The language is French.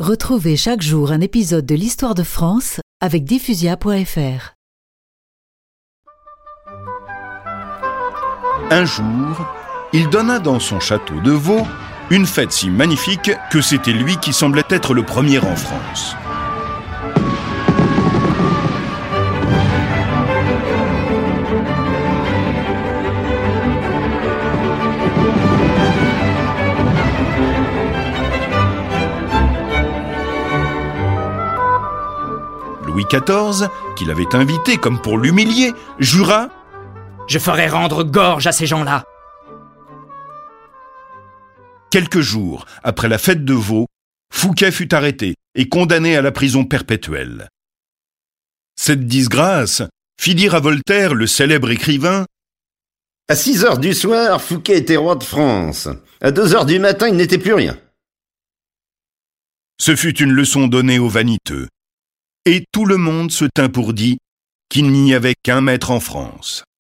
Retrouvez chaque jour un épisode de l'Histoire de France avec diffusia.fr. Un jour, il donna dans son château de Vaux une fête si magnifique que c'était lui qui semblait être le premier en France. Louis XIV, qui l'avait invité comme pour l'humilier, jura « Je ferai rendre gorge à ces gens-là !» Quelques jours après la fête de Vaux, Fouquet fut arrêté et condamné à la prison perpétuelle. Cette disgrâce fit dire à Voltaire, le célèbre écrivain: « À 6 heures du soir, Fouquet était roi de France. À 2 heures du matin, il n'était plus rien. » Ce fut une leçon donnée aux vaniteux. Et tout le monde se tint pour dit qu'il n'y avait qu'un maître en France.